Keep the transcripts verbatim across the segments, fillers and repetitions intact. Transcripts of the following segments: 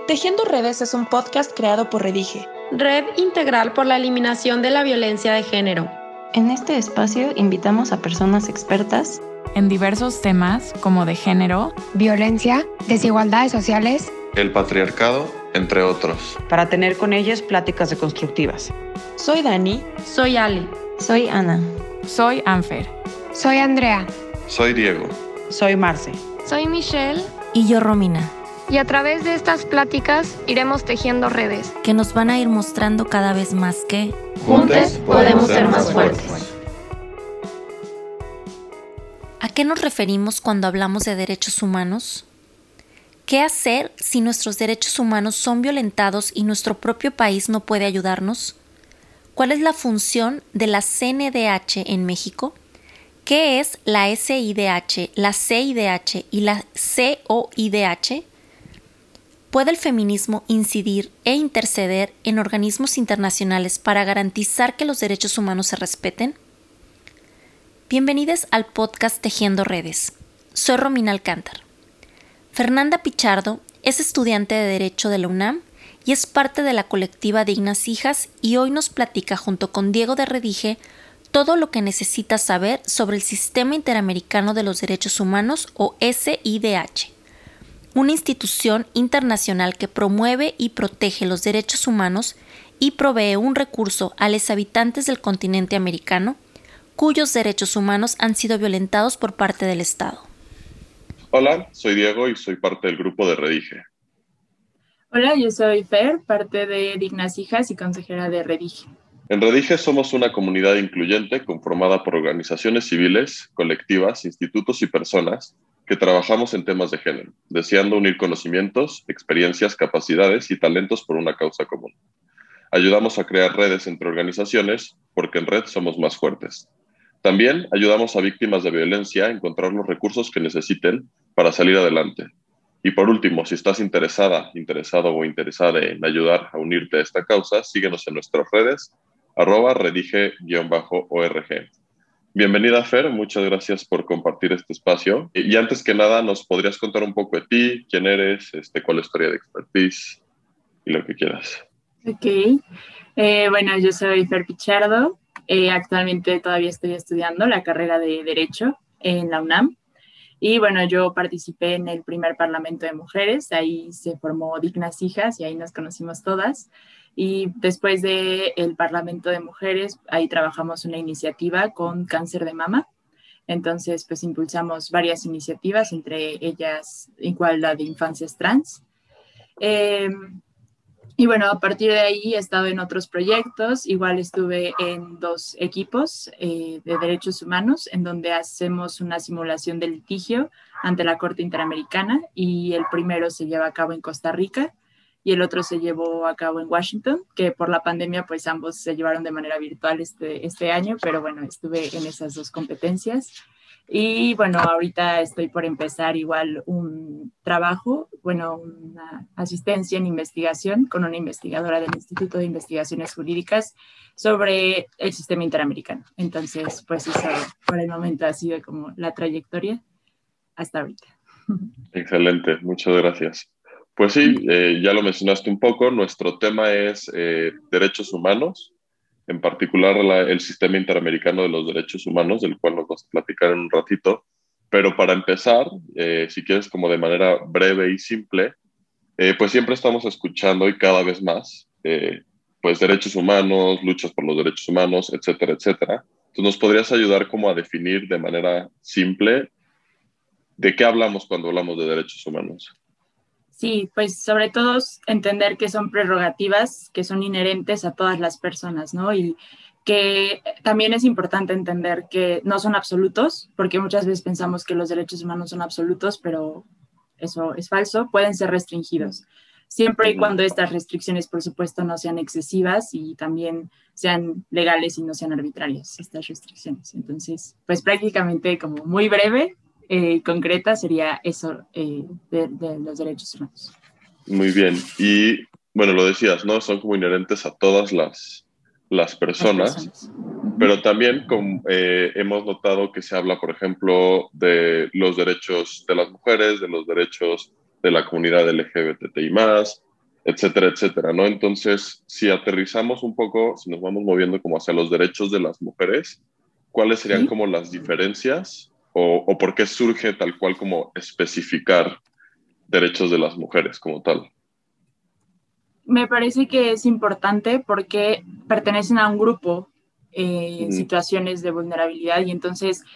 Tejiendo Redes es un podcast creado por Redige, Red Integral por la Eliminación de la Violencia de Género. En este espacio invitamos a personas expertas en diversos temas como de género, violencia, desigualdades sociales, el patriarcado, entre otros, para tener con ellas pláticas deconstructivas. Soy Dani. Soy Ali. Soy Ana. Soy Anfer. Soy Andrea. Soy Diego. Soy Marce. Soy Michelle. Y yo Romina. Y a través de estas pláticas iremos tejiendo redes que nos van a ir mostrando cada vez más que juntos podemos ser más fuertes. ¿A qué nos referimos cuando hablamos de derechos humanos? ¿Qué hacer si nuestros derechos humanos son violentados y nuestro propio país no puede ayudarnos? ¿Cuál es la función de la C N D H en México? ¿Qué es la S I D H, la C I D H y la C O I D H? ¿Puede el feminismo incidir e interceder en organismos internacionales para garantizar que los derechos humanos se respeten? Bienvenidos al podcast Tejiendo Redes. Soy Romina Alcántar. Fernanda Pichardo es estudiante de Derecho de la UNAM y es parte de la colectiva Dignas Hijas y hoy nos platica junto con Diego de Redige todo lo que necesitas saber sobre el Sistema Interamericano de los Derechos Humanos o S I D H. Una institución internacional que promueve y protege los derechos humanos y provee un recurso a los habitantes del continente americano, cuyos derechos humanos han sido violentados por parte del Estado. Hola, soy Diego y soy parte del grupo de Redige. Hola, yo soy Fer, parte de Dignas Hijas y consejera de Redige. En Redige somos una comunidad incluyente conformada por organizaciones civiles, colectivas, institutos y personas que trabajamos en temas de género, deseando unir conocimientos, experiencias, capacidades y talentos por una causa común. Ayudamos a crear redes entre organizaciones porque en red somos más fuertes. También ayudamos a víctimas de violencia a encontrar los recursos que necesiten para salir adelante. Y por último, si estás interesada, interesado o interesada en ayudar a unirte a esta causa, síguenos en nuestras redes, arroba redige-org. Bienvenida, Fer, muchas gracias por compartir este espacio. Y antes que nada, ¿nos podrías contar un poco de ti? ¿Quién eres? Este, ¿Cuál es tu área de expertise? Y lo que quieras. Ok. Eh, bueno, yo soy Fer Pichardo. Eh, actualmente todavía estoy estudiando la carrera de Derecho en la UNAM. Y bueno, yo participé en el primer Parlamento de Mujeres. Ahí se formó Dignas Hijas y ahí nos conocimos todas. Y después del Parlamento de Mujeres, ahí trabajamos una iniciativa con cáncer de mama. Entonces, pues impulsamos varias iniciativas, entre ellas igualdad de infancias trans. Eh, y bueno, a partir de ahí he estado en otros proyectos. Igual estuve en dos equipos eh, de derechos humanos, en donde hacemos una simulación de litigio ante la Corte Interamericana. Y el primero se lleva a cabo en Costa Rica y el otro se llevó a cabo en Washington, que por la pandemia pues ambos se llevaron de manera virtual este, este año, pero bueno, estuve en esas dos competencias. Y bueno, ahorita estoy por empezar igual un trabajo, bueno, una asistencia en investigación con una investigadora del Instituto de Investigaciones Jurídicas sobre el sistema interamericano. Entonces, pues eso por el momento ha sido como la trayectoria hasta ahorita. Excelente, muchas gracias. Pues sí, eh, ya lo mencionaste un poco, nuestro tema es eh, derechos humanos, en particular la, el Sistema Interamericano de los Derechos Humanos, del cual nos vamos a platicar en un ratito. Pero para empezar, eh, si quieres como de manera breve y simple, eh, pues siempre estamos escuchando y cada vez más, eh, pues derechos humanos, luchas por los derechos humanos, etcétera, etcétera. Entonces, ¿nos podrías ayudar como a definir de manera simple de qué hablamos cuando hablamos de derechos humanos? Sí, pues sobre todo entender que son prerrogativas que son inherentes a todas las personas, ¿no? Y que también es importante entender que no son absolutos, porque muchas veces pensamos que los derechos humanos son absolutos, pero eso es falso, pueden ser restringidos. Siempre y cuando estas restricciones, por supuesto, no sean excesivas y también sean legales y no sean arbitrarias, estas restricciones. Entonces, pues prácticamente como muy breve, Eh, concreta sería eso eh, de, de los derechos humanos. Muy bien. Y bueno, lo decías, ¿no? Son como inherentes a todas las, las personas, las personas. Pero también como, eh, hemos notado que se habla, por ejemplo, de los derechos de las mujeres, de los derechos de la comunidad L G B T I más, etcétera, etcétera, ¿no? Entonces, si aterrizamos un poco, si nos vamos moviendo como hacia los derechos de las mujeres, ¿cuáles serían ¿Sí? como las diferencias o, o por qué surge tal cual como especificar derechos de las mujeres como tal? Me parece que es importante porque pertenecen a un grupo eh, en Ujú. situaciones de vulnerabilidad y entonces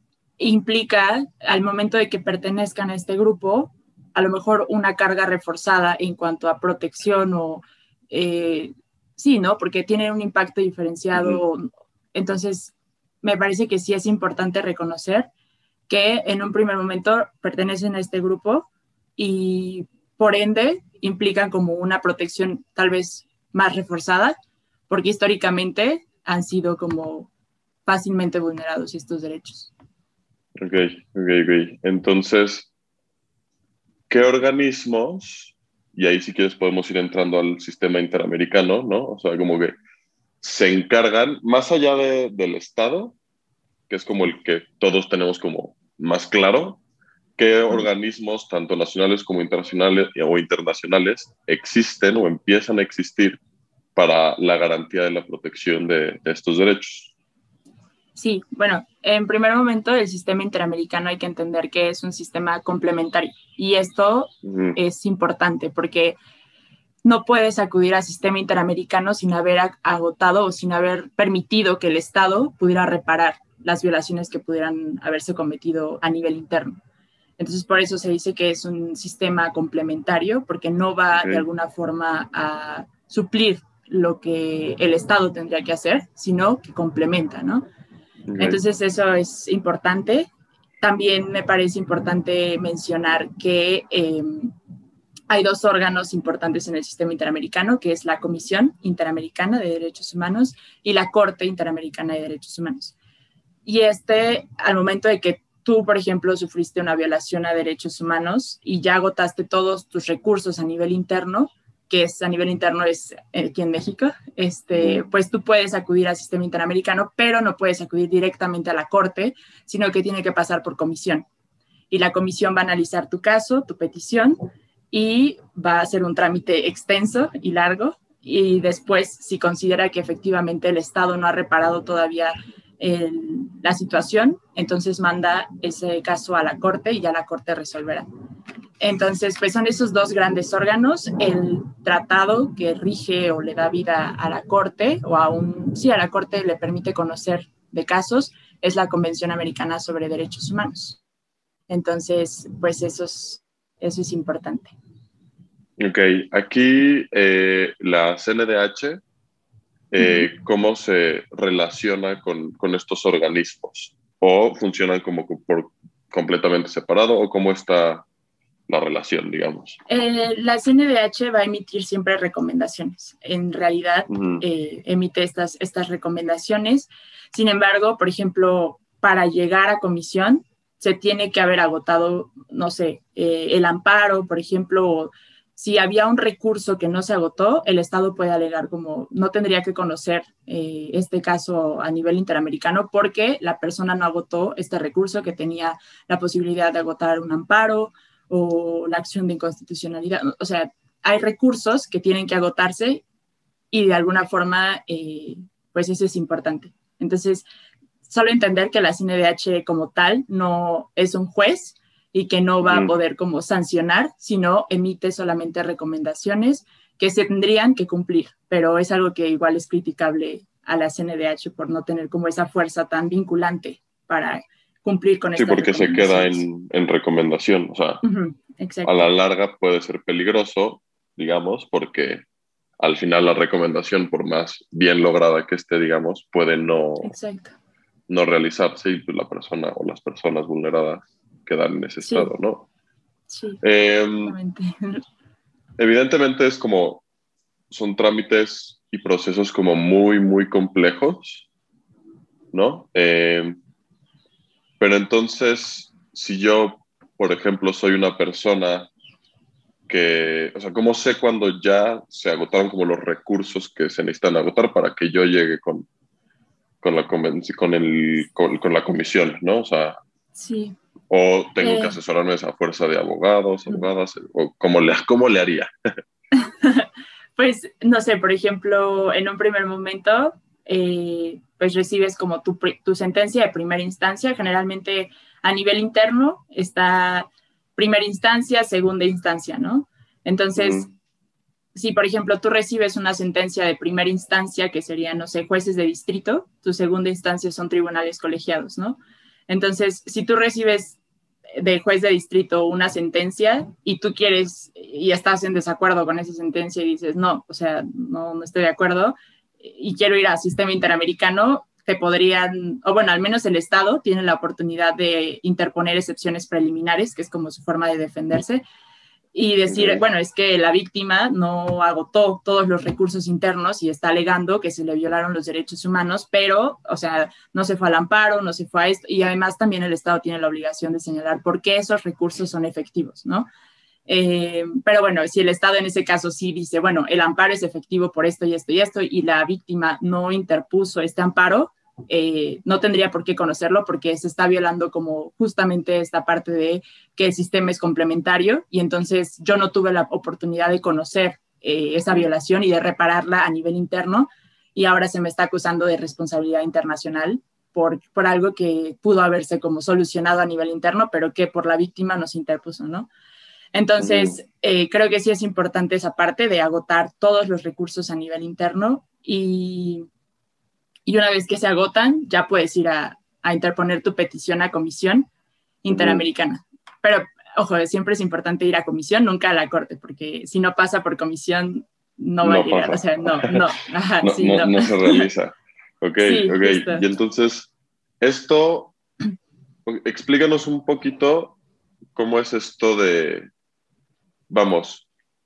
implica al momento de que pertenezcan a este grupo a lo mejor una carga reforzada en cuanto a protección o eh, sí, ¿no? Porque tienen un impacto diferenciado. Ujú. Entonces me parece que sí es importante reconocer que en un primer momento pertenecen a este grupo y por ende implican como una protección tal vez más reforzada, porque históricamente han sido como fácilmente vulnerados estos derechos. Ok, ok, ok. Entonces, ¿qué organismos, y ahí si quieres podemos ir entrando al sistema interamericano, ¿no? O sea, como que se encargan, más allá de, del Estado, que es como el que todos tenemos como más claro, qué organismos, tanto nacionales como internacionales o internacionales, existen o empiezan a existir para la garantía de la protección de, de estos derechos? Sí, bueno, en primer momento el sistema interamericano hay que entender que es un sistema complementario y esto uh-huh. es importante porque no puedes acudir al sistema interamericano sin haber agotado o sin haber permitido que el Estado pudiera reparar las violaciones que pudieran haberse cometido a nivel interno. Entonces, por eso se dice que es un sistema complementario, porque no va okay. de alguna forma a suplir lo que el Estado tendría que hacer, sino que complementa, ¿no? Okay. Entonces, eso es importante. También me parece importante mencionar que eh, hay dos órganos importantes en el sistema interamericano, que es la Comisión Interamericana de Derechos Humanos y la Corte Interamericana de Derechos Humanos. Y este, al momento de que tú, por ejemplo, sufriste una violación a derechos humanos y ya agotaste todos tus recursos a nivel interno, que es a nivel interno es aquí en México, este, pues tú puedes acudir al sistema interamericano, pero no puedes acudir directamente a la corte, sino que tiene que pasar por comisión. Y la comisión va a analizar tu caso, tu petición, y va a hacer un trámite extenso y largo, y después, si considera que efectivamente el Estado no ha reparado todavía El, la situación, entonces manda ese caso a la corte y ya la corte resolverá. Entonces, pues son esos dos grandes órganos, el tratado que rige o le da vida a la corte, o a un, sí, a la corte le permite conocer de casos, es la Convención Americana sobre Derechos Humanos. Entonces, pues eso es, eso es importante. Ok, aquí eh, la C N D H, Eh, uh-huh. ¿cómo se relaciona con, con estos organismos? ¿O funcionan como por completamente separado? ¿O cómo está la relación, digamos? Eh, la C N D H va a emitir siempre recomendaciones. En realidad, uh-huh. eh, emite estas, estas recomendaciones. Sin embargo, por ejemplo, para llegar a comisión, se tiene que haber agotado, no sé, eh, el amparo, por ejemplo. Si había un recurso que no se agotó, el Estado puede alegar como no tendría que conocer eh, este caso a nivel interamericano porque la persona no agotó este recurso que tenía la posibilidad de agotar un amparo o la acción de inconstitucionalidad. O sea, hay recursos que tienen que agotarse y de alguna forma, eh, pues eso es importante. Entonces, solo entender que la C N D H como tal no es un juez y que no va a poder como sancionar, sino emite solamente recomendaciones que se tendrían que cumplir, pero es algo que igual es criticable a la C N D H por no tener como esa fuerza tan vinculante para cumplir con estas recomendaciones. Sí, porque se queda en, en recomendación, o sea, uh-huh, exacto. A la larga puede ser peligroso, digamos, porque al final la recomendación, por más bien lograda que esté, digamos, puede no, exacto. no realizarse y pues la persona o las personas vulneradas quedar en ese sí. estado, ¿no? Sí, eh, evidentemente es como, son trámites y procesos como muy, muy complejos, ¿no? Eh, pero entonces, si yo, por ejemplo, soy una persona que, o sea, ¿cómo sé cuando ya se agotaron como los recursos que se necesitan agotar para que yo llegue con, con, la, con, el, con, con la comisión, ¿no? O sea, sí. ¿O tengo eh, que asesorarme a esa fuerza de abogados, abogadas? ¿O cómo le, cómo le haría? Pues, no sé, por ejemplo, en un primer momento, eh, pues recibes como tu, tu sentencia de primera instancia. Generalmente a nivel interno está primera instancia, segunda instancia, ¿no? Entonces, uh-huh. si por ejemplo tú recibes una sentencia de primera instancia, que serían, no sé, jueces de distrito, tu segunda instancia son tribunales colegiados, ¿no? Entonces, si tú recibes de juez de distrito una sentencia y tú quieres y estás en desacuerdo con esa sentencia y dices, no, o sea, no, no estoy de acuerdo y quiero ir al sistema interamericano, te podrían, o bueno, al menos el Estado tiene la oportunidad de interponer excepciones preliminares, que es como su forma de defenderse, y decir, okay. bueno, es que la víctima no agotó todos los recursos internos y está alegando que se le violaron los derechos humanos, pero, o sea, no se fue al amparo, no se fue a esto, y además también el Estado tiene la obligación de señalar por qué esos recursos son efectivos, ¿no? Eh, pero bueno, si el Estado en ese caso sí dice, bueno, el amparo es efectivo por esto y esto y esto, y la víctima no interpuso este amparo, Eh, no tendría por qué conocerlo porque se está violando como justamente esta parte de que el sistema es complementario y entonces yo no tuve la oportunidad de conocer eh, esa violación y de repararla a nivel interno y ahora se me está acusando de responsabilidad internacional por, por algo que pudo haberse como solucionado a nivel interno pero que por la víctima no se interpuso, ¿no? Entonces eh, creo que sí es importante esa parte de agotar todos los recursos a nivel interno y Y una vez que se agotan, ya puedes ir a, a interponer tu petición a Comisión Interamericana. Uh-huh. Pero, ojo, siempre es importante ir a Comisión, nunca a la Corte, porque si no pasa por Comisión, no, no va a llegar. Pasa. O sea, no, no. Ajá, no, sí, no, no. no se realiza. Ok, sí, ok. Justo. Y entonces, esto, explícanos un poquito cómo es esto de, vamos,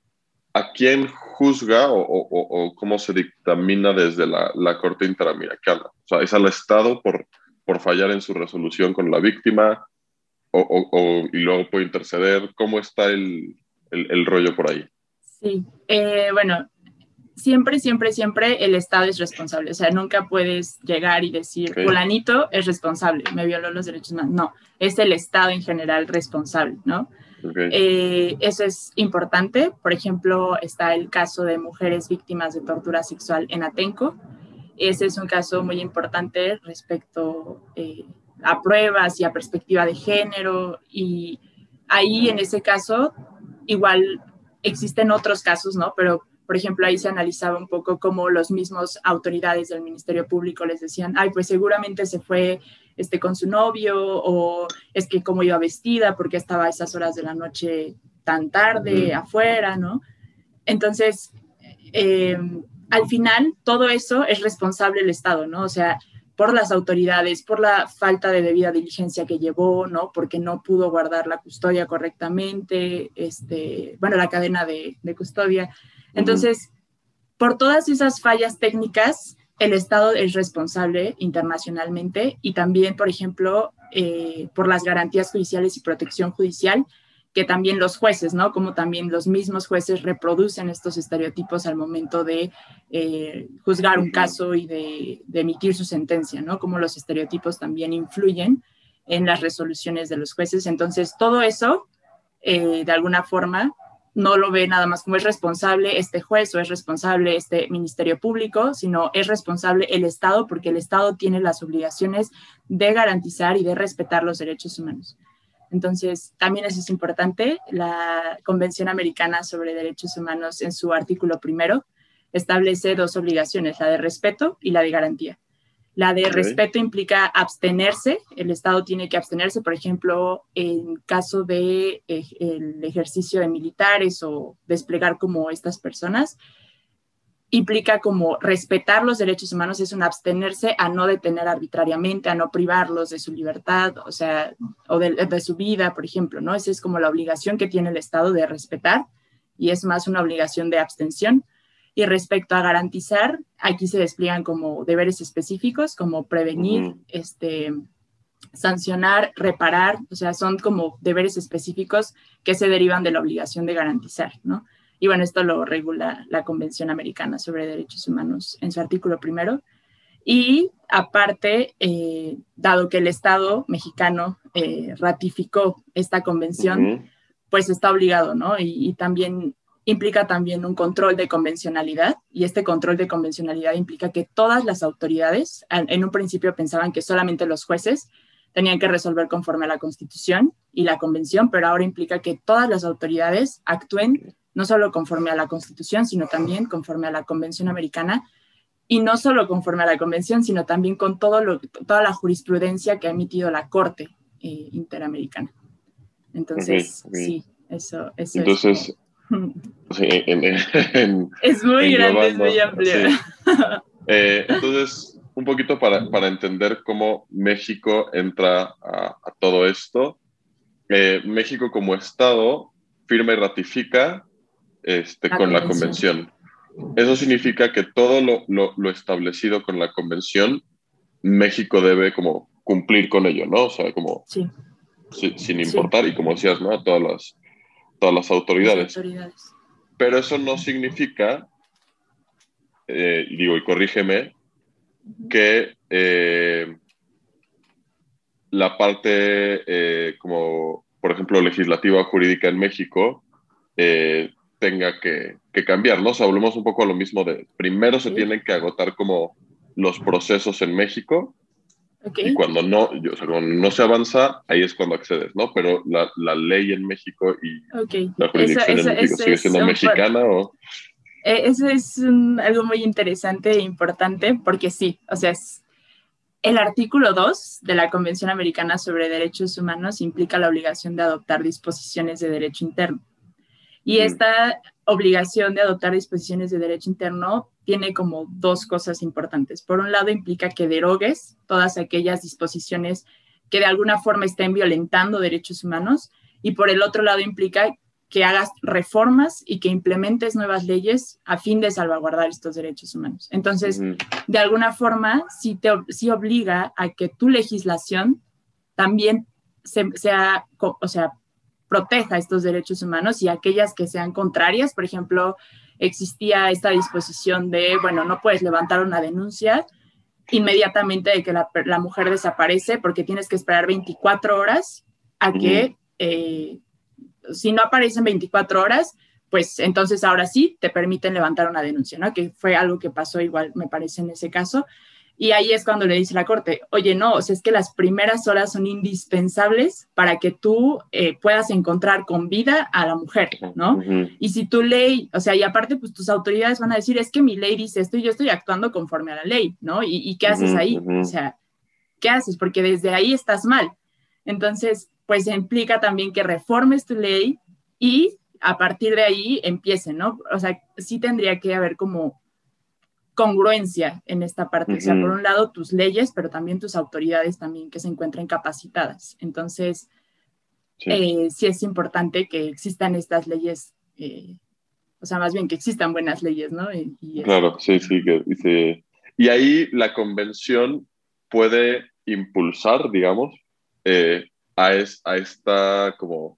¿a quién juzga o, o, o cómo se dictamina desde la, la Corte Interamericana? O sea, ¿es al Estado por, por fallar en su resolución con la víctima o, o, o, y luego puede interceder? ¿Cómo está el, el, el rollo por ahí? Sí, eh, bueno, siempre, siempre, siempre el Estado es responsable. O sea, nunca puedes llegar y decir, okay. fulanito es responsable, me violó los derechos humanos. No, es el Estado en general responsable, ¿no? Okay. Eh, eso es importante. Por ejemplo, está el caso de mujeres víctimas de tortura sexual en Atenco. Ese es un caso muy importante respecto eh, a pruebas y a perspectiva de género. Y ahí, en ese caso, igual existen otros casos, ¿no? Pero, por ejemplo, ahí se analizaba un poco cómo los mismos autoridades del Ministerio Público les decían, ay, pues seguramente se fue este, con su novio, o es que cómo iba vestida, porque estaba a esas horas de la noche tan tarde, uh-huh. afuera, ¿no? Entonces, eh, al final, todo eso es responsable el Estado, ¿no? O sea, por las autoridades, por la falta de debida diligencia que llevó, ¿no? Porque no pudo guardar la custodia correctamente, este, bueno, la cadena de, de custodia. Entonces, uh-huh. por todas esas fallas técnicas, el Estado es responsable internacionalmente y también, por ejemplo, eh, por las garantías judiciales y protección judicial, que también los jueces, ¿no? Como también los mismos jueces reproducen estos estereotipos al momento de eh, juzgar un caso y de, de emitir su sentencia, ¿no? Como los estereotipos también influyen en las resoluciones de los jueces. Entonces, todo eso, eh, de alguna forma, no lo ve nada más como es responsable este juez o es responsable este Ministerio Público, sino es responsable el Estado, porque el Estado tiene las obligaciones de garantizar y de respetar los derechos humanos. Entonces, también eso es importante. La Convención Americana sobre Derechos Humanos, en su artículo primero, establece dos obligaciones, la de respeto y la de garantía. La de okay. respeto implica abstenerse, el Estado tiene que abstenerse, por ejemplo, en caso de eh, el ejercicio de militares o desplegar como estas personas, implica como respetar los derechos humanos, es un abstenerse a no detener arbitrariamente, a no privarlos de su libertad, o sea, o de, de su vida, por ejemplo, ¿no? Esa es como la obligación que tiene el Estado de respetar y es más una obligación de abstención. Y respecto a garantizar, aquí se despliegan como deberes específicos, como prevenir, uh-huh. este, sancionar, reparar, o sea, son como deberes específicos que se derivan de la obligación de garantizar, ¿no? Y bueno, esto lo regula la Convención Americana sobre Derechos Humanos en su artículo primero. Y aparte, eh, dado que el Estado mexicano eh, ratificó esta convención, uh-huh. pues está obligado, ¿no? Y, y también implica también un control de convencionalidad, y este control de convencionalidad implica que todas las autoridades, en un principio pensaban que solamente los jueces tenían que resolver conforme a la Constitución y la Convención, pero ahora implica que todas las autoridades actúen no solo conforme a la Constitución, sino también conforme a la Convención Americana, y no solo conforme a la Convención, sino también con todo lo, toda la jurisprudencia que ha emitido la Corte eh, Interamericana. Entonces, okay, okay. sí, eso, eso Entonces, es como... sí, en, en, en, es muy grande, es muy amplio. Sí. Eh, entonces, un poquito para, para entender cómo México entra a, a todo esto. Eh, México como Estado firma y ratifica este, la con convención. la Convención. Eso significa que todo lo, lo, lo establecido con la Convención, México debe como cumplir con ello, ¿no? O sea, como sí. si, sin importar, sí. y como decías, ¿no? A todas las, todas las autoridades. Las autoridades. Pero eso no significa, eh, digo, y corrígeme, que eh, la parte eh, como, por ejemplo, legislativa o jurídica en México eh, tenga que, que cambiar, ¿no? O sea, hablemos un poco a lo mismo de, primero se sí. tienen que agotar como los procesos en México, okay. y cuando no, yo, o sea, cuando no se avanza, ahí es cuando accedes, ¿no? Pero la, la ley en México y okay. la jurisdicción eso, en México eso, sigue siendo mexicana, ¿o...? Eh, eso es un, algo muy interesante e importante, porque sí, o sea, es, el artículo dos de la Convención Americana sobre Derechos Humanos implica la obligación de adoptar disposiciones de derecho interno. Y mm. esta obligación de adoptar disposiciones de derecho interno tiene como dos cosas importantes. Por un lado, implica que derogues todas aquellas disposiciones que de alguna forma estén violentando derechos humanos, y por el otro lado implica que hagas reformas y que implementes nuevas leyes a fin de salvaguardar estos derechos humanos. Entonces, uh-huh. de alguna forma, sí, te, sí obliga a que tu legislación también se, sea, o sea, proteja estos derechos humanos, y aquellas que sean contrarias. Por ejemplo, existía esta disposición de, bueno, no puedes levantar una denuncia inmediatamente de que la, la mujer desaparece, porque tienes que esperar veinticuatro horas a que... Uh-huh. eh, si no aparecen veinticuatro horas, pues entonces ahora sí te permiten levantar una denuncia, ¿no? Que fue algo que pasó igual, me parece, en ese caso. Y ahí es cuando le dice la Corte, oye, no, o sea, es que las primeras horas son indispensables para que tú eh, puedas encontrar con vida a la mujer, ¿no? Uh-huh. Y si tu ley, o sea, y aparte, pues tus autoridades van a decir, es que mi ley dice esto y yo estoy actuando conforme a la ley, ¿no? ¿Y, y qué haces ahí? Uh-huh. O sea, ¿qué haces? Porque desde ahí estás mal. Entonces, pues implica también que reformes tu ley y a partir de ahí empiecen, ¿no? O sea, sí tendría que haber como congruencia en esta parte. Uh-huh. O sea, por un lado tus leyes, pero también tus autoridades también que se encuentren capacitadas. Entonces, sí, eh, sí es importante que existan estas leyes, eh, o sea, más bien que existan buenas leyes, ¿no? Y, y claro, sí, sí, que dice... Y ahí la convención puede impulsar, digamos, eh, A, es, a esta como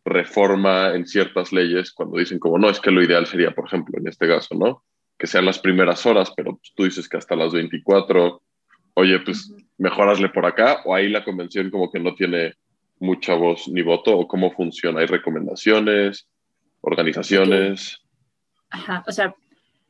reforma en ciertas leyes, cuando dicen como no, es que lo ideal sería, por ejemplo, en este caso, ¿no? Que sean las primeras horas, pero pues, tú dices que hasta las veinticuatro, oye, pues uh-huh. mejorasle por acá, o ahí la convención como que no tiene mucha voz ni voto, o cómo funciona, hay recomendaciones, organizaciones. Okay. Ajá, o sea,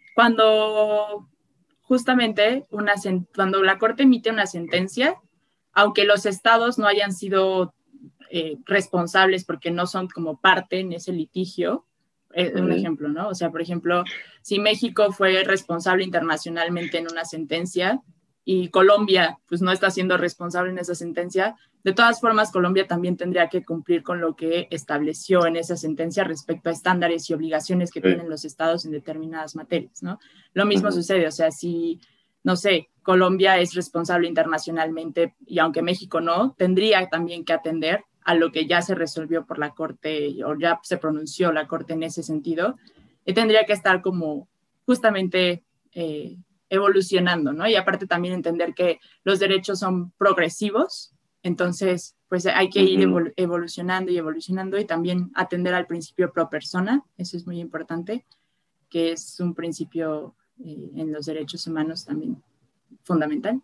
cuando justamente una cuando la Corte emite una sentencia, aunque los estados no hayan sido eh, responsables porque no son como parte en ese litigio, es un ejemplo, ¿no? O sea, por ejemplo, si México fue responsable internacionalmente en una sentencia y Colombia pues no está siendo responsable en esa sentencia, de todas formas Colombia también tendría que cumplir con lo que estableció en esa sentencia respecto a estándares y obligaciones que sí. tienen los estados en determinadas materias, ¿no? Lo mismo uh-huh. sucede, o sea, si... no sé, Colombia es responsable internacionalmente y aunque México no, tendría también que atender a lo que ya se resolvió por la Corte o ya se pronunció la Corte en ese sentido, y tendría que estar como justamente eh, evolucionando, ¿no? Y aparte también entender que los derechos son progresivos, entonces pues hay que ir evol- evolucionando y evolucionando y también atender al principio pro persona, eso es muy importante, que es un principio... Eh, en los derechos humanos también fundamental.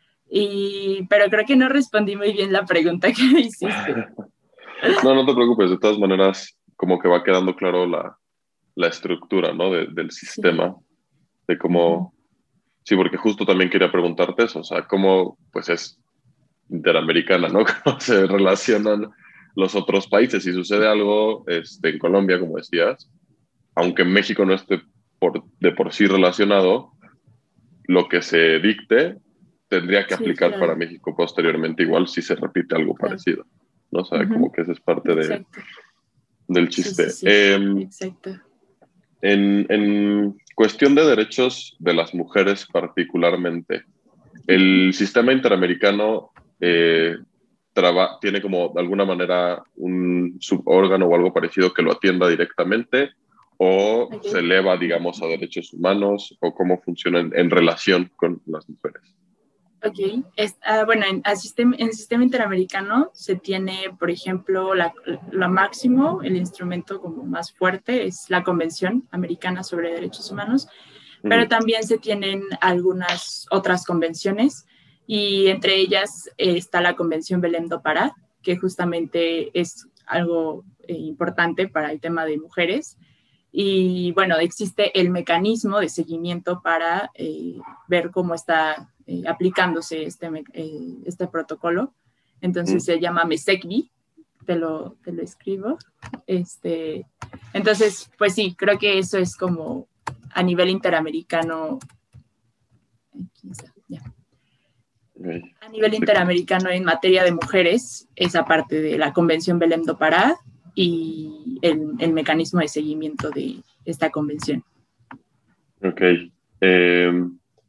Y, pero creo que no respondí muy bien la pregunta que me hiciste. No, no te preocupes, de todas maneras como que va quedando claro la, la estructura, ¿no? de, del sistema, sí. de cómo... Sí, porque justo también quería preguntarte eso, o sea, cómo pues es interamericana, ¿no? Cómo se relacionan los otros países. Si sucede algo este, en Colombia, como decías, aunque en México no esté por, de por sí relacionado, lo que se dicte tendría que sí, aplicar claro. para México posteriormente, igual si se repite algo claro. parecido, ¿no? O sea, uh-huh. como que esa es parte de, del chiste. Sí, sí, sí. Eh, Exacto. En, en cuestión de derechos de las mujeres particularmente, el sistema interamericano eh, traba, tiene como de alguna manera un subórgano o algo parecido que lo atienda directamente, o okay. se eleva, digamos, a derechos humanos, o cómo funciona en, en relación con las mujeres. Ok, es, uh, bueno, en, el sistema, en el sistema interamericano se tiene, por ejemplo, la, lo máximo, el instrumento como más fuerte es la Convención Americana sobre Derechos Humanos, mm. pero también se tienen algunas otras convenciones, y entre ellas eh, está la Convención Belém do Pará, que justamente es algo eh, importante para el tema de mujeres. Y bueno, existe el mecanismo de seguimiento para eh, ver cómo está eh, aplicándose este, eh, este protocolo. Entonces mm. se llama MESECBI, te lo, te lo escribo. Este, entonces, pues sí, creo que eso es como a nivel interamericano. Aquí está, ya. Okay. A nivel interamericano en materia de mujeres, esa parte de la Convención Belém do Pará y el, el mecanismo de seguimiento de esta convención. Ok. Eh,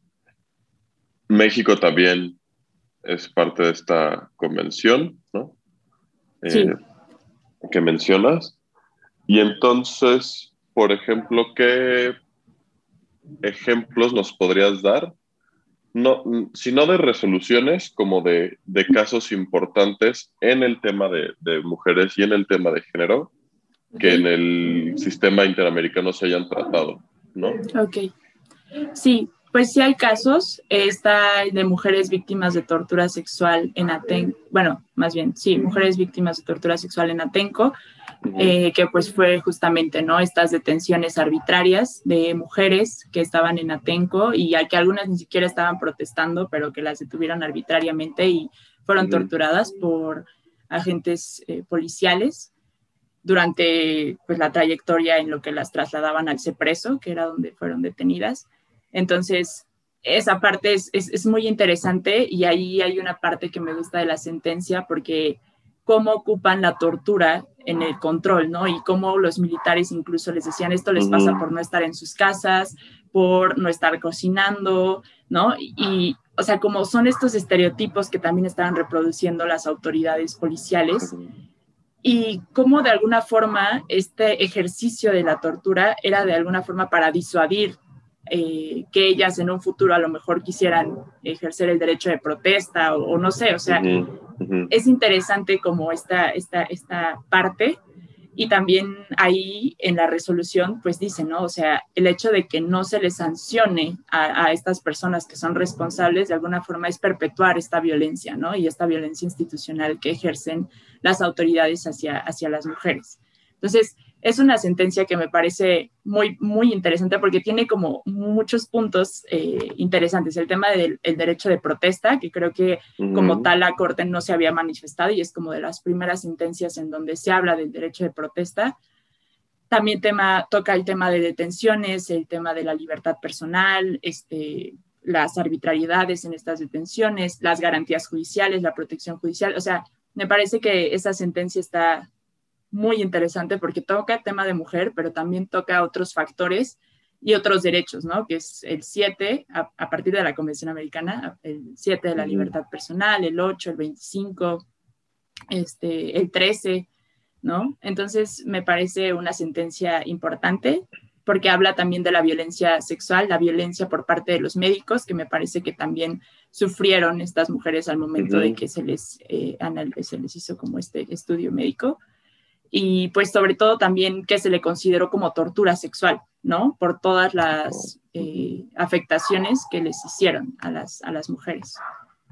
México también es parte de esta convención, ¿no? Eh, sí. Que mencionas. Y entonces, por ejemplo, ¿qué ejemplos nos podrías dar? No, sino de resoluciones, como de, de casos importantes en el tema de, de mujeres y en el tema de género, que en el sistema interamericano se hayan tratado, ¿no? Ok. Sí, pues sí hay casos. Está de mujeres víctimas de tortura sexual en Atenco. Bueno, más bien, sí, mujeres víctimas de tortura sexual en Atenco, uh-huh. eh, que pues fue justamente, ¿no? Estas detenciones arbitrarias de mujeres que estaban en Atenco y a que algunas ni siquiera estaban protestando, pero que las detuvieron arbitrariamente y fueron uh-huh. torturadas por agentes eh, policiales durante pues, la trayectoria en lo que las trasladaban al CEPRESO, que era donde fueron detenidas. Entonces, esa parte es, es, es muy interesante, y ahí hay una parte que me gusta de la sentencia, porque cómo ocupan la tortura en el control, ¿no? Y cómo los militares incluso les decían, esto les pasa por no estar en sus casas, por no estar cocinando, ¿no? Y, y o sea, como son estos estereotipos que también estaban reproduciendo las autoridades policiales, y cómo de alguna forma este ejercicio de la tortura era de alguna forma para disuadir eh, que ellas en un futuro a lo mejor quisieran ejercer el derecho de protesta o, o no sé, o sea, uh-huh, uh-huh. es interesante como esta, esta, esta parte. Y también ahí en la resolución pues dice, ¿no? O sea, el hecho de que no se les sancione a, a estas personas que son responsables de alguna forma es perpetuar esta violencia, ¿no? Y esta violencia institucional que ejercen las autoridades hacia, hacia las mujeres. Entonces, es una sentencia que me parece muy, muy interesante porque tiene como muchos puntos eh, interesantes. El tema del el derecho de protesta, que creo que uh-huh. como tal la Corte no se había manifestado y es como de las primeras sentencias en donde se habla del derecho de protesta. También tema, toca el tema de detenciones, el tema de la libertad personal, este, las arbitrariedades en estas detenciones, las garantías judiciales, la protección judicial. O sea, me parece que esa sentencia está muy interesante porque toca el tema de mujer, pero también toca otros factores y otros derechos, ¿no? Que es el siete, a, a partir de la Convención Americana, el siete de la libertad personal, el ocho, el veinticinco, este, el trece, ¿no? Entonces me parece una sentencia importante porque habla también de la violencia sexual, la violencia por parte de los médicos, que me parece que también sufrieron estas mujeres al momento uh-huh. de que se les, eh, anal- se les hizo como este estudio médico. Y pues sobre todo también que se le consideró como tortura sexual, ¿no? Por todas las eh, afectaciones que les hicieron a las, a las mujeres.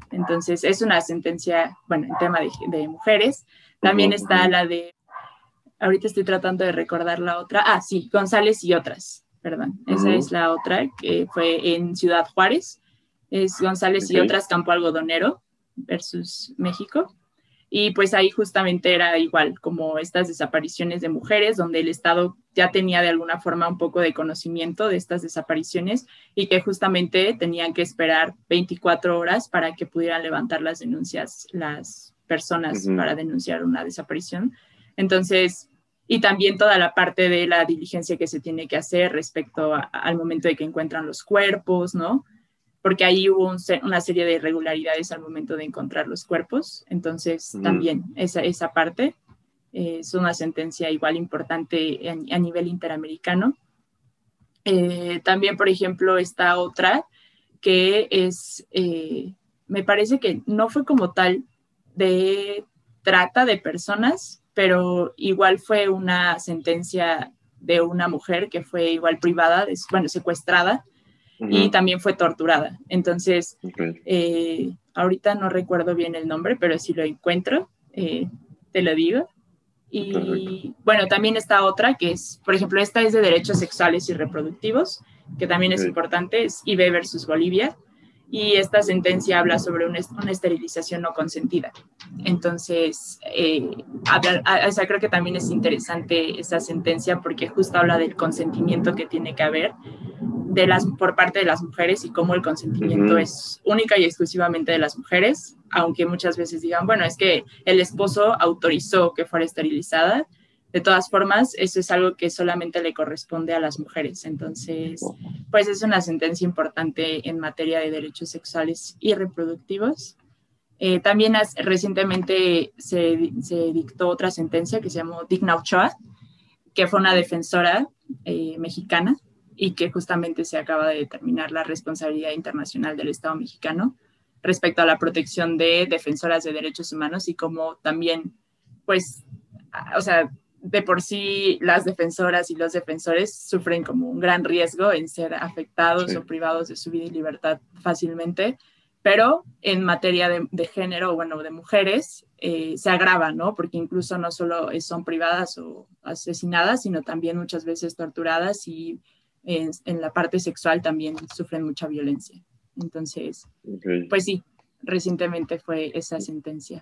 Entonces es una sentencia, bueno, en tema de, de mujeres. También está la de ahorita estoy tratando de recordar la otra. Ah, sí, González y otras, perdón. Uh-huh. Esa es la otra, que fue en Ciudad Juárez. Es González okay. y otras, Campo Algodonero versus México. Y pues ahí justamente era igual, como estas desapariciones de mujeres, donde el Estado ya tenía de alguna forma un poco de conocimiento de estas desapariciones y que justamente tenían que esperar veinticuatro horas para que pudieran levantar las denuncias las personas uh-huh. para denunciar una desaparición. Entonces, y también toda la parte de la diligencia que se tiene que hacer respecto a, al momento de que encuentran los cuerpos, ¿no? Porque ahí hubo un, una serie de irregularidades al momento de encontrar los cuerpos. Entonces, mm. también esa, esa parte eh, es una sentencia igual importante a, a nivel interamericano. Eh, también, por ejemplo, esta otra que es, eh, me parece que no fue como tal de trata de personas, pero igual fue una sentencia de una mujer que fue igual privada, de, bueno, secuestrada, Uh-huh. y también fue torturada. Entonces, okay. eh, ahorita no recuerdo bien el nombre, pero si lo encuentro, eh, te lo digo. Y Perfecto. Bueno, también está otra que es, por ejemplo, esta es de derechos sexuales y reproductivos, que también okay. es importante, es I B versus Bolivia. Y esta sentencia habla sobre una, una esterilización no consentida. Entonces, eh, habla, o sea, creo que también es interesante esa sentencia porque justo habla del consentimiento que tiene que haber de las, por parte de las mujeres y cómo el consentimiento uh-huh. es única y exclusivamente de las mujeres, aunque muchas veces digan, bueno, es que el esposo autorizó que fuera esterilizada. De todas formas, eso es algo que solamente le corresponde a las mujeres. Entonces, pues es una sentencia importante en materia de derechos sexuales y reproductivos. Eh, también has, recientemente se, se dictó otra sentencia que se llamó Digna Ochoa, que fue una defensora eh, mexicana y que justamente se acaba de determinar la responsabilidad internacional del Estado mexicano respecto a la protección de defensoras de derechos humanos y cómo también, pues, o sea, de por sí las defensoras y los defensores sufren como un gran riesgo en ser afectados sí. o privados de su vida y libertad fácilmente, pero en materia de, de género, bueno, de mujeres, eh, se agrava, ¿no? Porque incluso no solo son privadas o asesinadas, sino también muchas veces torturadas y en, en la parte sexual también sufren mucha violencia. Entonces, okay. pues sí, recientemente fue esa sentencia.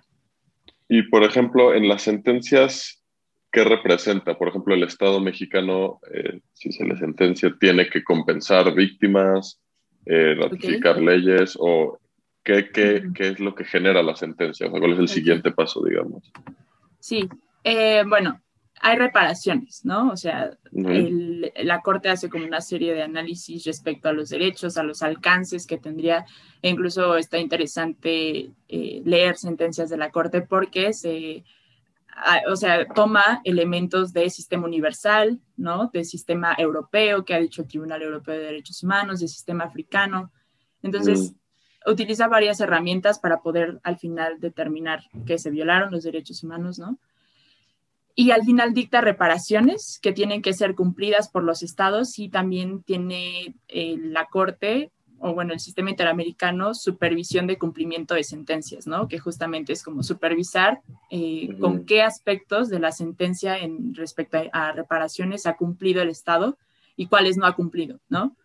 Y, por ejemplo, en las sentencias, ¿qué representa? Por ejemplo, el Estado mexicano, eh, si se le sentencia, tiene que compensar víctimas, eh, ratificar okay. leyes, o ¿qué, qué, uh-huh. qué es lo que genera la sentencia? O sea, ¿cuál es el okay. siguiente paso, digamos? Sí, eh, bueno, hay reparaciones, ¿no? O sea, uh-huh. el, la Corte hace como una serie de análisis respecto a los derechos, a los alcances que tendría, e incluso está interesante eh, leer sentencias de la Corte porque se... o sea, toma elementos de sistema universal, ¿no? Del sistema europeo, que ha dicho el Tribunal Europeo de Derechos Humanos, del sistema africano. Entonces, mm. utiliza varias herramientas para poder al final determinar que se violaron los derechos humanos, ¿no? Y al final dicta reparaciones que tienen que ser cumplidas por los estados y también tiene eh, la Corte, o bueno, el sistema interamericano, supervisión de cumplimiento de sentencias, ¿no? Que justamente es como supervisar eh, uh-huh. con qué aspectos de la sentencia en respecto a, a reparaciones ha cumplido el Estado y cuáles no ha cumplido, ¿no?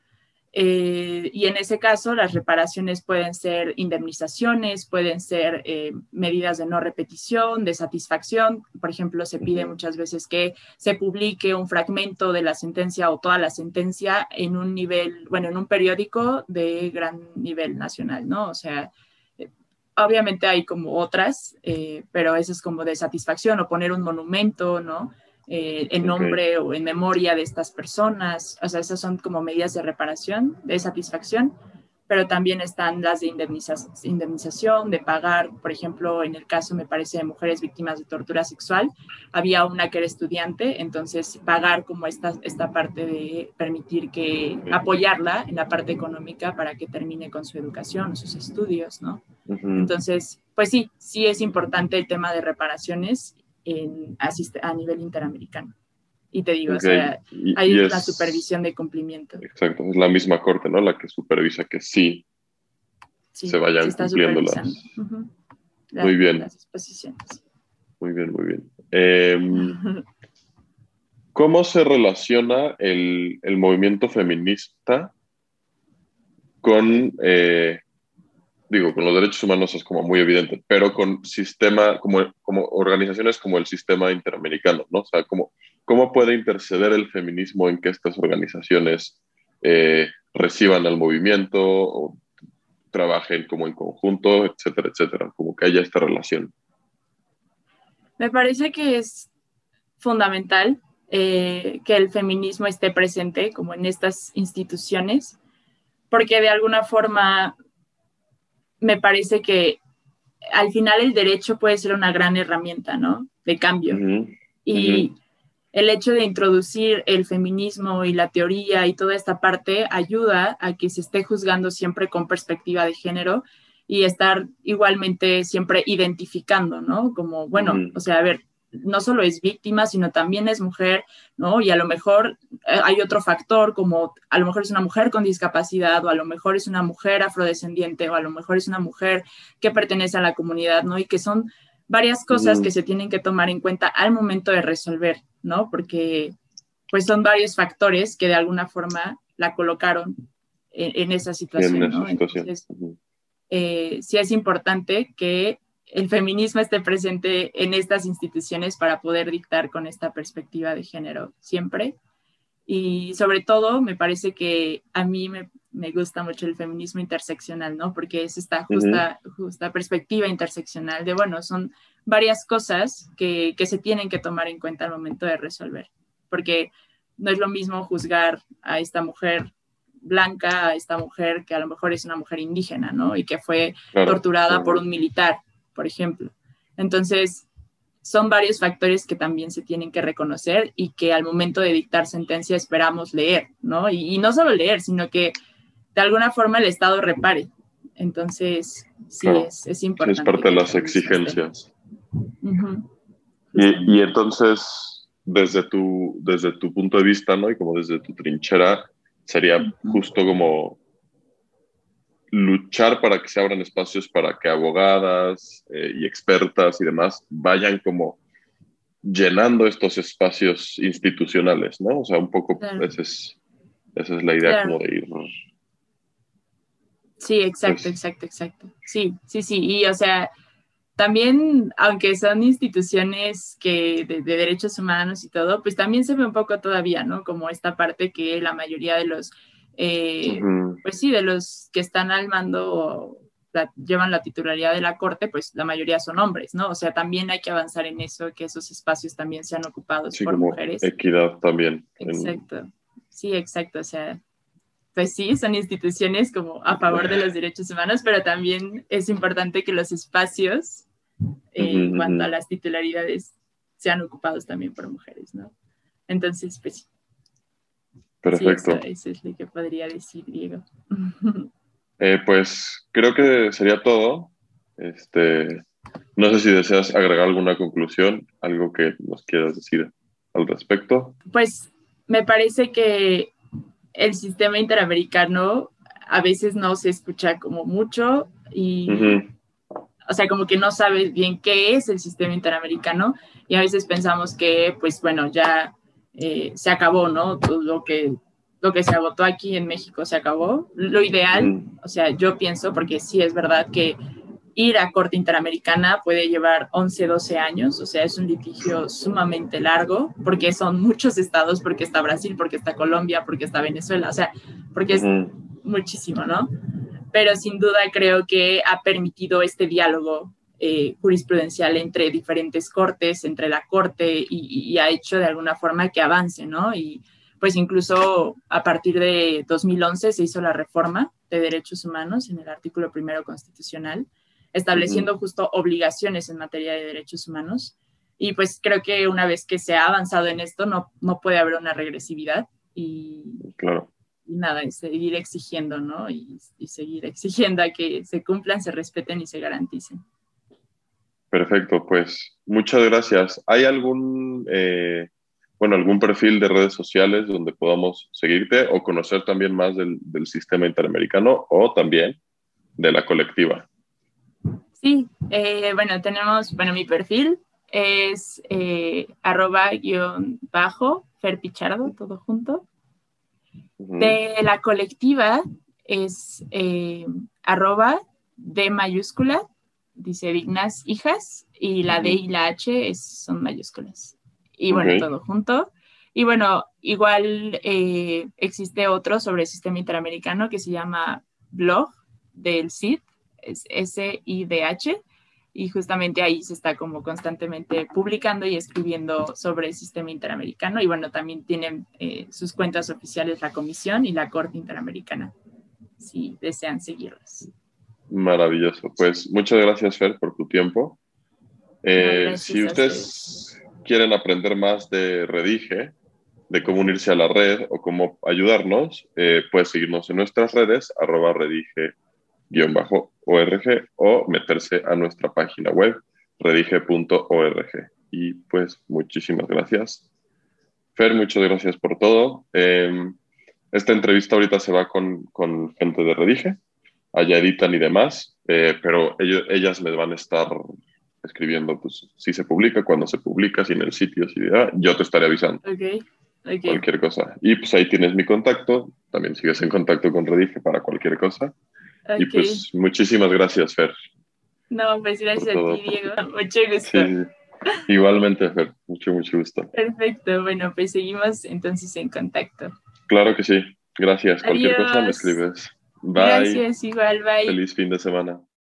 Eh, y en ese caso, las reparaciones pueden ser indemnizaciones, pueden ser eh, medidas de no repetición, de satisfacción. Por ejemplo, se pide uh-huh. muchas veces que se publique un fragmento de la sentencia o toda la sentencia en un nivel, bueno, en un periódico de gran nivel nacional, ¿no? O sea, eh, obviamente hay como otras, eh, pero eso es como de satisfacción o poner un monumento, ¿no? Eh, en nombre okay. o en memoria de estas personas, o sea, esas son como medidas de reparación, de satisfacción, pero también están las de indemniza- indemnización, de pagar, por ejemplo, en el caso, me parece, de mujeres víctimas de tortura sexual, había una que era estudiante, entonces pagar como esta, esta parte de permitir que, apoyarla en la parte económica para que termine con su educación, sus estudios, ¿no? Uh-huh. Entonces, pues sí, sí es importante el tema de reparaciones En, a nivel interamericano. Y te digo, okay. o sea, y, hay y una es, supervisión de cumplimiento. Exacto, es la misma Corte, ¿no? La que supervisa que sí, sí se vayan se cumpliendo las... Uh-huh. la, muy bien. Las disposiciones. Muy bien, muy bien. Eh, ¿Cómo se relaciona el, el movimiento feminista con, eh, digo, con los derechos humanos? Es como muy evidente, pero con sistema, como, como organizaciones como el sistema interamericano, ¿no? O sea, ¿cómo, cómo puede interceder el feminismo en que estas organizaciones eh, reciban al movimiento o trabajen como en conjunto, etcétera, etcétera? Como que haya esta relación. Me parece que es fundamental eh, que el feminismo esté presente como en estas instituciones, porque de alguna forma me parece que al final el derecho puede ser una gran herramienta, ¿no? De cambio. Uh-huh. Y uh-huh. el hecho de introducir el feminismo y la teoría y toda esta parte ayuda a que se esté juzgando siempre con perspectiva de género y estar igualmente siempre identificando, ¿no? Como, bueno, uh-huh. o sea, a ver, no solo es víctima, sino también es mujer, ¿no? Y a lo mejor eh, hay otro factor, como a lo mejor es una mujer con discapacidad, o a lo mejor es una mujer afrodescendiente, o a lo mejor es una mujer que pertenece a la comunidad, ¿no? Y que son varias cosas uh-huh. que se tienen que tomar en cuenta al momento de resolver, ¿no? Porque pues son varios factores que de alguna forma la colocaron en, en esa situación, en esa ¿no? situación. Entonces, uh-huh. eh, sí es importante que el feminismo esté presente en estas instituciones para poder dictar con esta perspectiva de género siempre. Y sobre todo, me parece que a mí me, me gusta mucho el feminismo interseccional, ¿no? Porque es esta justa, uh-huh. justa perspectiva interseccional de, bueno, son varias cosas que, que se tienen que tomar en cuenta al momento de resolver. Porque no es lo mismo juzgar a esta mujer blanca, a esta mujer que a lo mejor es una mujer indígena, ¿no? Y que fue claro, torturada claro. por un militar, por ejemplo. Entonces, son varios factores que también se tienen que reconocer y que al momento de dictar sentencia esperamos leer, ¿no? Y, y no solo leer, sino que de alguna forma el Estado repare. Entonces, sí, claro. es, es importante. Sí, es parte de las exigencias. Uh-huh. Y, y entonces, desde tu, desde tu punto de vista, ¿no? Y como desde tu trinchera, sería uh-huh. justo como luchar para que se abran espacios para que abogadas eh, y expertas y demás vayan como llenando estos espacios institucionales, ¿no? O sea, un poco claro. esa, es, esa es la idea claro. como de ir, ¿no? Sí, exacto, pues, exacto, exacto. Sí, sí, sí. Y, o sea, también, aunque son instituciones que de, de derechos humanos y todo, pues también se ve un poco todavía, ¿no? Como esta parte que la mayoría de los Eh, uh-huh. pues sí, de los que están al mando o la, llevan la titularidad de la corte, pues la mayoría son hombres, ¿no? O sea, también hay que avanzar en eso, que esos espacios también sean ocupados sí, por como mujeres. Equidad también. Exacto, en... sí, exacto, o sea, pues sí, son instituciones como a favor de los derechos humanos, pero también es importante que los espacios eh, uh-huh. en cuanto a las titularidades sean ocupados también por mujeres, ¿no? Entonces, pues sí. Perfecto. Sí, eso, eso es lo que podría decir, Diego. Eh, pues creo que sería todo. Este, no sé si deseas agregar alguna conclusión, algo que nos quieras decir al respecto. Pues me parece que el sistema interamericano a veces no se escucha como mucho y, uh-huh. o sea, como que no sabes bien qué es el sistema interamericano y a veces pensamos que, pues bueno, ya... Eh, se acabó, ¿no? Todo lo que, lo que se agotó aquí en México se acabó. Lo ideal, mm. o sea, yo pienso, porque sí es verdad que ir a Corte Interamericana puede llevar once, doce años, o sea, es un litigio sumamente largo, porque son muchos estados, porque está Brasil, porque está Colombia, porque está Venezuela, o sea, porque es mm. muchísimo, ¿no? Pero sin duda creo que ha permitido este diálogo Eh, jurisprudencial entre diferentes cortes, entre la corte y, y ha hecho de alguna forma que avance, ¿no? Y pues incluso a partir de dos mil once se hizo la reforma de derechos humanos en el artículo primero constitucional, estableciendo uh-huh. justo obligaciones en materia de derechos humanos. Y pues creo que una vez que se ha avanzado en esto, no, no puede haber una regresividad y, claro. y nada, y seguir exigiendo, ¿no? Y, y seguir exigiendo a que se cumplan, se respeten y se garanticen. Perfecto, pues muchas gracias. ¿Hay algún, eh, bueno, algún perfil de redes sociales donde podamos seguirte o conocer también más del, del sistema interamericano o también de la colectiva? Sí, eh, bueno, tenemos, bueno, mi perfil es eh, arroba guión bajo Fer Pichardo, todo junto. Uh-huh. De la colectiva es eh, arroba D mayúscula, dice Dignas Hijas, y la uh-huh. D y la H es, son mayúsculas. Y bueno, okay. todo junto. Y bueno, igual eh, existe otro sobre el sistema interamericano que se llama Blog del S I D, es S I D H, y justamente ahí se está como constantemente publicando y escribiendo sobre el sistema interamericano. Y bueno, también tienen eh, sus cuentas oficiales la Comisión y la Corte Interamericana, si desean seguirlas. Maravilloso. Pues muchas gracias, Fer, por tu tiempo. Eh, no, si ustedes quieren aprender más de Redige, de cómo unirse a la red o cómo ayudarnos, eh, puedes seguirnos en nuestras redes, arroba redige guión bajo org, o meterse a nuestra página web, redige punto org. Y pues muchísimas gracias. Fer, muchas gracias por todo. Eh, esta entrevista ahorita se va con, con gente de Redige, allá editan y demás, eh, pero ellos, ellas les van a estar escribiendo pues, si se publica, cuándo se publica, si en el sitio, si ah, yo te estaré avisando. Okay. Okay. Cualquier cosa. Y pues ahí tienes mi contacto, también sigues en contacto con Redige para cualquier cosa. Okay. Y pues muchísimas gracias, Fer. No, pues gracias a ti, Diego. Mucho gusto. Sí, igualmente, Fer. Mucho, mucho gusto. Perfecto. Bueno, pues seguimos entonces en contacto. Claro que sí. Gracias. Adiós. Cualquier cosa me escribes. Bye. Gracias, igual. Bye. Feliz fin de semana.